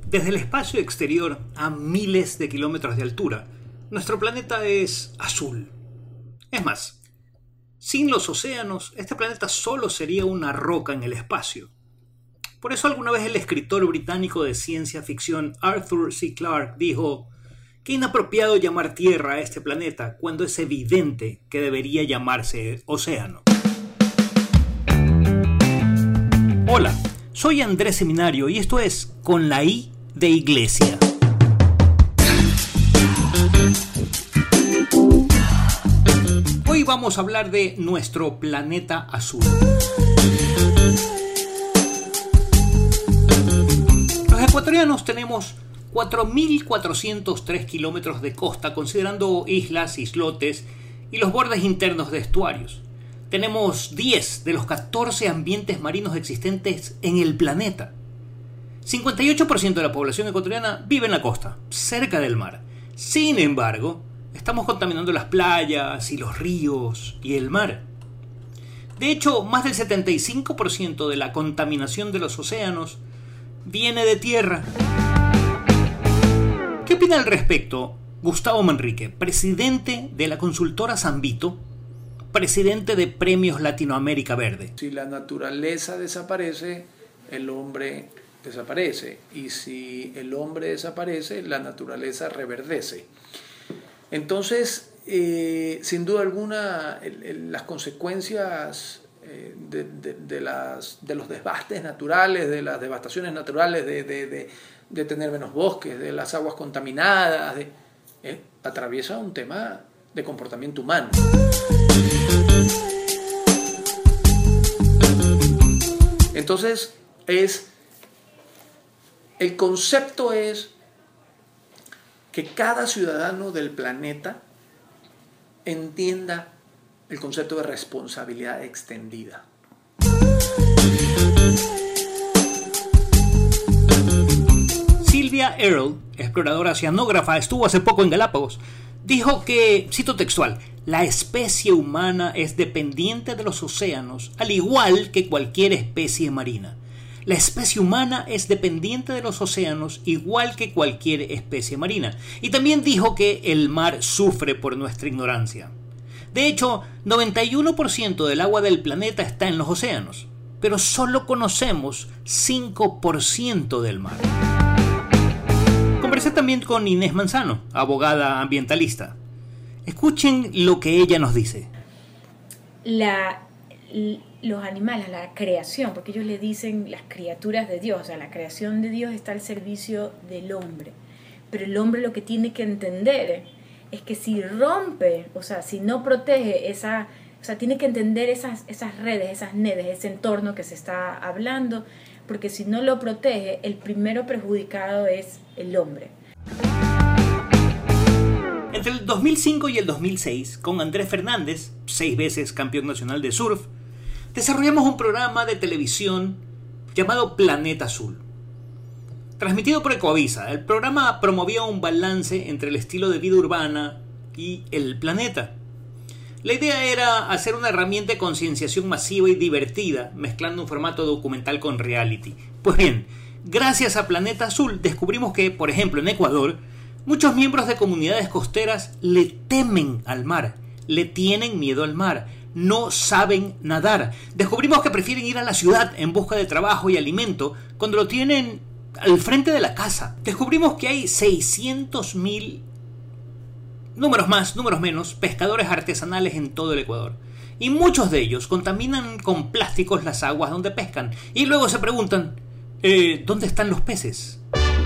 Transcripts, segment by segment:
Desde el espacio exterior a miles de kilómetros de altura, nuestro planeta es azul. Es más, sin los océanos, este planeta solo sería una roca en el espacio. Por eso alguna vez el escritor británico de ciencia ficción Arthur C. Clarke dijo: "Qué inapropiado llamar Tierra a este planeta cuando es evidente que debería llamarse océano". Hola, soy Andrés Seminario y esto es Con la I de Iglesia. Hoy vamos a hablar de nuestro planeta azul. Los ecuatorianos tenemos 4.403 kilómetros de costa, considerando islas, islotes y los bordes internos de estuarios. Tenemos 10 de los 14 ambientes marinos existentes en el planeta. 58% de la población ecuatoriana vive en la costa, cerca del mar. Sin embargo, estamos contaminando las playas y los ríos y el mar. De hecho, más del 75% de la contaminación de los océanos viene de tierra. ¿Qué opina al respecto Gustavo Manrique, presidente de la consultora Zambito, presidente de Premios Latinoamérica Verde? Si la naturaleza desaparece, el hombre desaparece. Y si el hombre desaparece, la naturaleza reverdece. Entonces, sin duda alguna, las consecuencias de los desastres naturales, de las devastaciones naturales, de tener menos bosques, de las aguas contaminadas, atraviesa un tema de comportamiento humano. Entonces, el concepto es que cada ciudadano del planeta entienda el concepto de responsabilidad extendida. Sylvia Earle, exploradora oceanógrafa, estuvo hace poco en Galápagos. Dijo que, cito textual, la especie humana es dependiente de los océanos, al igual que cualquier especie marina. La especie humana es dependiente de los océanos, igual que cualquier especie marina. Y también dijo que el mar sufre por nuestra ignorancia. De hecho, 91% del agua del planeta está en los océanos, pero solo conocemos 5% del mar. Conversé también con Inés Manzano, abogada ambientalista. Escuchen lo que ella nos dice. Los animales, la creación, porque ellos le dicen las criaturas de Dios, o sea, la creación de Dios está al servicio del hombre. Pero el hombre lo que tiene que entender es que si rompe, o sea, si no protege tiene que entender esas redes, esas nedes, ese entorno que se está hablando, porque si no lo protege, el primero perjudicado es el hombre. Entre el 2005 y el 2006, con Andrés Fernández, 6 veces campeón nacional de surf, desarrollamos un programa de televisión llamado Planeta Azul. Transmitido por Ecoavisa, el programa promovía un balance entre el estilo de vida urbana y el planeta. La idea era hacer una herramienta de concienciación masiva y divertida, mezclando un formato documental con reality. Pues bien, gracias a Planeta Azul descubrimos que, por ejemplo, en Ecuador, muchos miembros de comunidades costeras le temen al mar, le tienen miedo al mar, no saben nadar. Descubrimos que prefieren ir a la ciudad en busca de trabajo y alimento cuando lo tienen al frente de la casa. Descubrimos que hay 600.000, números más, números menos, pescadores artesanales en todo el Ecuador. Y muchos de ellos contaminan con plásticos las aguas donde pescan. Y luego se preguntan, ¿dónde están los peces?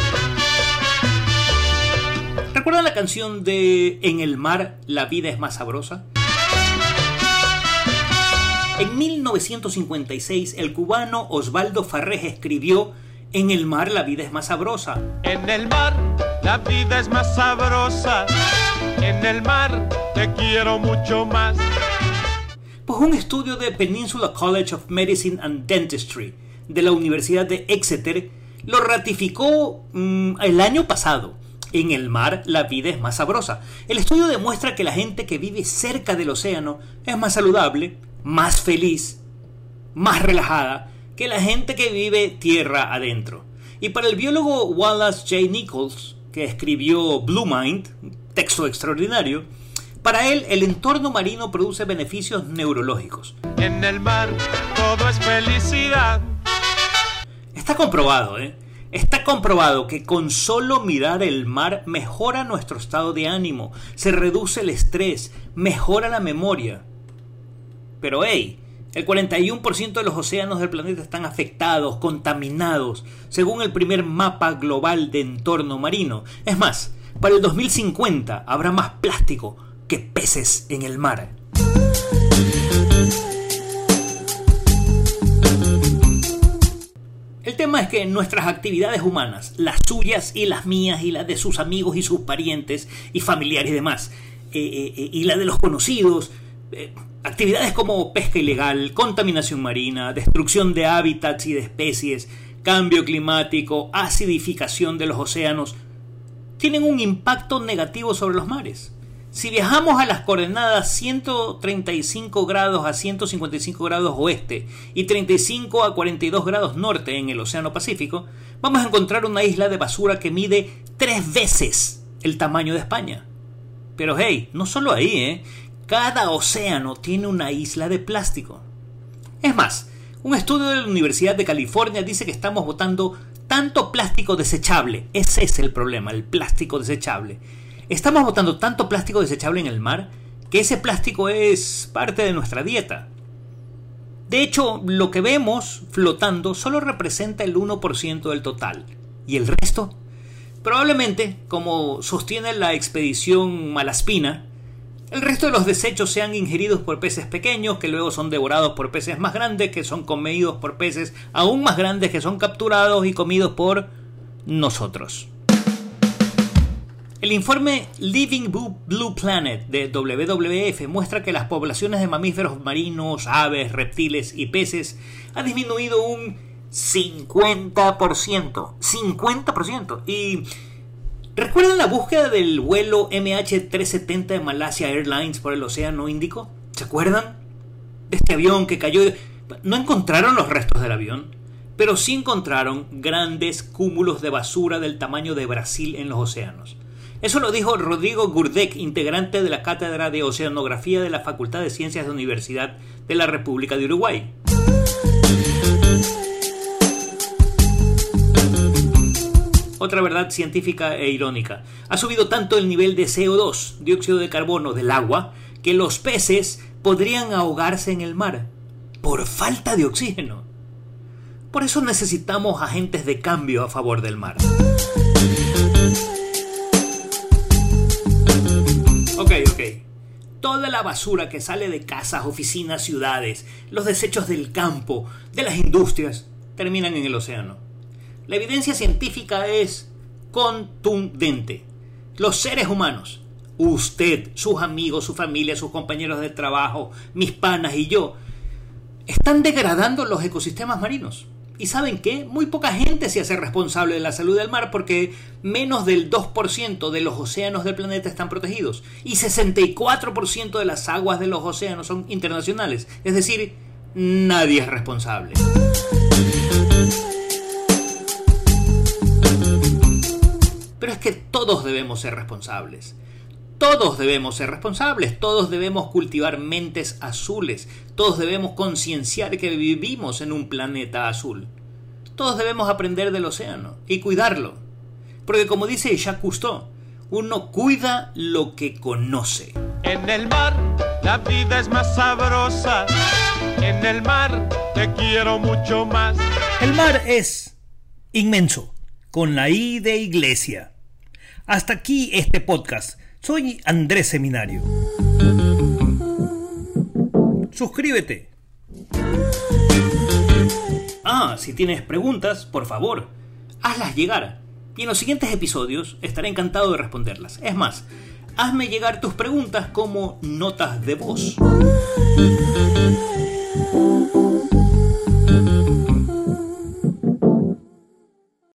¿Recuerdan la canción de En el mar la vida es más sabrosa? En 1956, el cubano Osvaldo Farrés escribió En el mar la vida es más sabrosa. En el mar la vida es más sabrosa. En el mar te quiero mucho más. Pues un estudio de Peninsula College of Medicine and Dentistry de la Universidad de Exeter lo ratificó el año pasado. En el mar la vida es más sabrosa. El estudio demuestra que la gente que vive cerca del océano es más saludable, más feliz, más relajada que la gente que vive tierra adentro. Y para el biólogo Wallace J. Nichols, que escribió Blue Mind, un texto extraordinario, para él el entorno marino produce beneficios neurológicos. En el mar todo es felicidad. Está comprobado, Está comprobado que con solo mirar el mar mejora nuestro estado de ánimo, se reduce el estrés, mejora la memoria. Pero el 41% de los océanos del planeta están afectados, contaminados, según el primer mapa global de entorno marino. Es más, para el 2050 habrá más plástico que peces en el mar. El tema es que nuestras actividades humanas, las suyas y las mías y las de sus amigos y sus parientes y familiares y demás, y la de los conocidos, actividades como pesca ilegal, contaminación marina, destrucción de hábitats y de especies, cambio climático, acidificación de los océanos, tienen un impacto negativo sobre los mares. Si viajamos a las coordenadas 135 grados a 155 grados oeste y 35 a 42 grados norte en el Océano Pacífico, vamos a encontrar una isla de basura que mide 3 veces el tamaño de España. Pero no solo ahí, cada océano tiene una isla de plástico. Es más, un estudio de la Universidad de California dice que estamos botando tanto plástico desechable. Ese es el problema, el plástico desechable. Estamos botando tanto plástico desechable en el mar que ese plástico es parte de nuestra dieta. De hecho, lo que vemos flotando solo representa el 1% del total. ¿Y el resto? Probablemente, como sostiene la expedición Malaspina, el resto de los desechos sean ingeridos por peces pequeños que luego son devorados por peces más grandes que son comidos por peces aún más grandes que son capturados y comidos por nosotros. El informe Living Blue Planet de WWF muestra que las poblaciones de mamíferos marinos, aves, reptiles y peces ha disminuido un 50%. 50%. Y ¿recuerdan la búsqueda del vuelo MH370 de Malaysia Airlines por el Océano Índico? ¿Se acuerdan? De este avión que cayó. No encontraron los restos del avión, pero sí encontraron grandes cúmulos de basura del tamaño de Brasil en los océanos. Eso lo dijo Rodrigo Gurdek, integrante de la Cátedra de Oceanografía de la Facultad de Ciencias de la Universidad de la República de Uruguay. Otra verdad científica e irónica. Ha subido tanto el nivel de CO2, dióxido de carbono, del agua, que los peces podrían ahogarse en el mar por falta de oxígeno. Por eso necesitamos agentes de cambio a favor del mar. Ok. Toda la basura que sale de casas, oficinas, ciudades, los desechos del campo, de las industrias, terminan en el océano. La evidencia científica es contundente. Los seres humanos, usted, sus amigos, su familia, sus compañeros de trabajo, mis panas y yo, están degradando los ecosistemas marinos. ¿Y saben qué? Muy poca gente se hace responsable de la salud del mar porque menos del 2% de los océanos del planeta están protegidos y 64% de las aguas de los océanos son internacionales. Es decir, nadie es responsable. Pero es que todos debemos ser responsables. Todos debemos ser responsables, todos debemos cultivar mentes azules, todos debemos concienciar que vivimos en un planeta azul. Todos debemos aprender del océano y cuidarlo. Porque como dice Jacques Cousteau, uno cuida lo que conoce. En el mar la vida es más sabrosa, en el mar te quiero mucho más. El mar es inmenso, con la I de iglesia. Hasta aquí este podcast. Soy Andrés Seminario. Suscríbete. Si tienes preguntas, por favor, hazlas llegar. Y en los siguientes episodios estaré encantado de responderlas. Es más, hazme llegar tus preguntas como notas de voz.